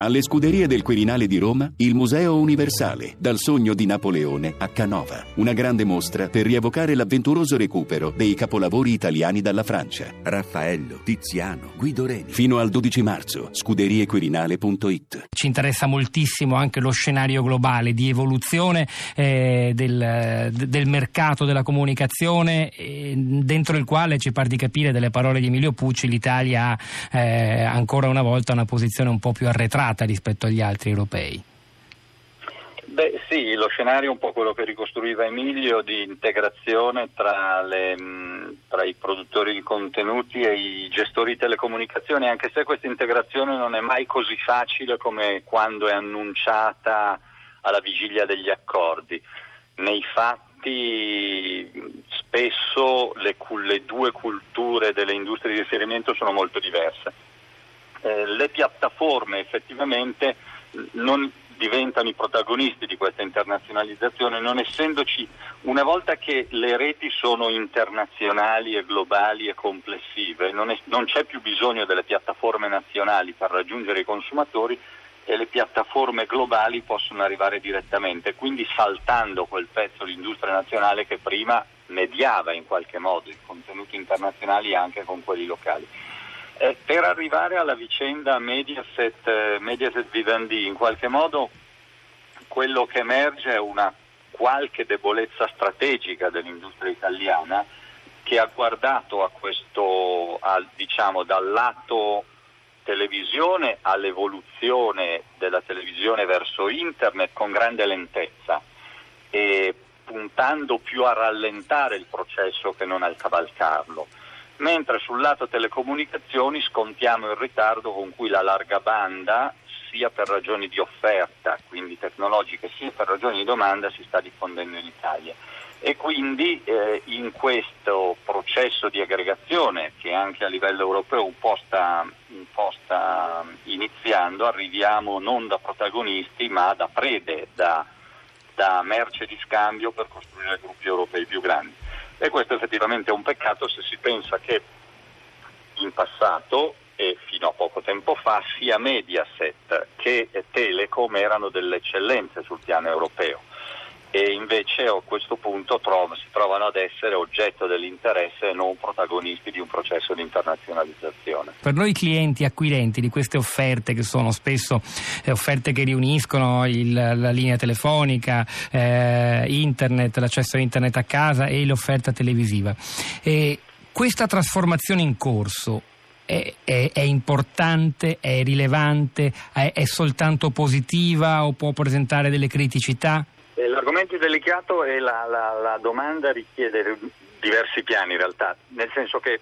Alle Scuderie del Quirinale di Roma, il Museo Universale, dal sogno di Napoleone a Canova. Una grande mostra per rievocare l'avventuroso recupero dei capolavori italiani dalla Francia. Raffaello, Tiziano, Guido Reni. Fino al 12 marzo, scuderiequirinale.it. Ci interessa moltissimo anche lo scenario globale di evoluzione del mercato della comunicazione, dentro il quale, ci par di capire dalle parole di Emilio Pucci, l'Italia ha ancora una volta una posizione un po' più arretrata rispetto agli altri europei. Beh sì, lo scenario è un po' quello che ricostruiva Emilio, di integrazione tra i produttori di contenuti e i gestori di telecomunicazioni, anche se questa integrazione non è mai così facile come quando è annunciata alla vigilia degli accordi. Nei fatti spesso le due culture delle industrie di riferimento sono molto diverse. Le piattaforme effettivamente non diventano i protagonisti di questa internazionalizzazione, non essendoci, una volta che le reti sono internazionali e globali e complessive, non c'è più bisogno delle piattaforme nazionali per raggiungere i consumatori e le piattaforme globali possono arrivare direttamente, quindi saltando quel pezzo di industria nazionale che prima mediava in qualche modo i contenuti internazionali anche con quelli locali. Per arrivare alla vicenda Mediaset Vivendi, in qualche modo quello che emerge è una qualche debolezza strategica dell'industria italiana, che ha guardato a questo, dal lato televisione all'evoluzione della televisione verso internet con grande lentezza e puntando più a rallentare il processo che non a cavalcarlo. Mentre sul lato telecomunicazioni scontiamo il ritardo con cui la larga banda, sia per ragioni di offerta, quindi tecnologiche, sia per ragioni di domanda, si sta diffondendo in Italia. E quindi in questo processo di aggregazione, che anche a livello europeo un po' sta iniziando, arriviamo non da protagonisti ma da prede, da merce di scambio per costruire gruppi europei più grandi. E questo effettivamente è un peccato se si pensa che in passato e fino a poco tempo fa sia Mediaset che Telecom erano delle eccellenze sul piano europeo e invece a questo punto si trovano ad essere oggetto dell'interesse e non protagonisti di un processo di internazionalizzazione. Per noi clienti acquirenti di queste offerte, che sono spesso offerte che riuniscono la linea telefonica, internet, l'accesso a internet a casa e l'offerta televisiva, questa trasformazione in corso è importante, è rilevante, è soltanto positiva o può presentare delle criticità? L'argomento è delicato e la domanda richiede diversi piani in realtà, nel senso che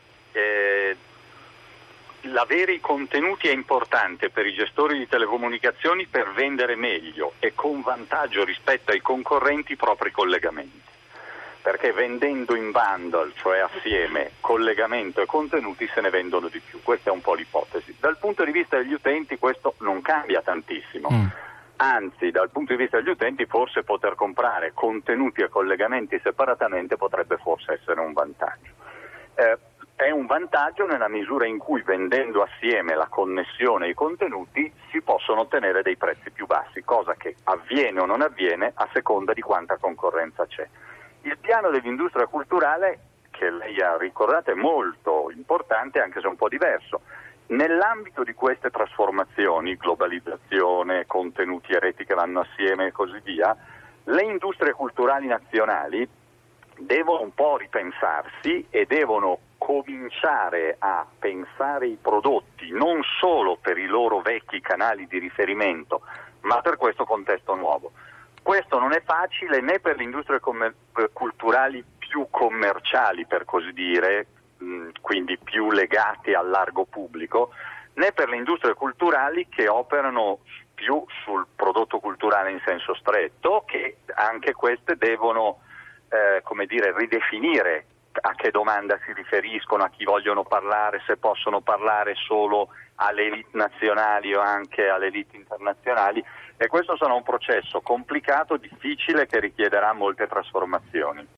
l'avere i contenuti è importante per i gestori di telecomunicazioni per vendere meglio e con vantaggio rispetto ai concorrenti i propri collegamenti, perché vendendo in bundle, cioè assieme, collegamento e contenuti se ne vendono di più. Questa è un po' l'ipotesi. Dal punto di vista degli utenti questo non cambia tantissimo. Anzi, dal punto di vista degli utenti forse poter comprare contenuti e collegamenti separatamente potrebbe forse essere un vantaggio. È un vantaggio nella misura in cui vendendo assieme la connessione e i contenuti si possono ottenere dei prezzi più bassi, cosa che avviene o non avviene a seconda di quanta concorrenza c'è. Il piano dell'industria culturale, che lei ha ricordato, è molto importante anche se un po' diverso. Nell'ambito di queste trasformazioni, globalizzazione, contenuti e reti che vanno assieme e così via, le industrie culturali nazionali devono un po' ripensarsi e devono cominciare a pensare i prodotti non solo per i loro vecchi canali di riferimento, ma per questo contesto nuovo. Questo non è facile né per le industrie culturali più commerciali, per così dire, quindi più legate al largo pubblico, né per le industrie culturali che operano più sul prodotto culturale in senso stretto, che anche queste devono ridefinire a che domanda si riferiscono, a chi vogliono parlare, se possono parlare solo alle elite nazionali o anche alle elite internazionali, e questo sarà un processo complicato, difficile, che richiederà molte trasformazioni.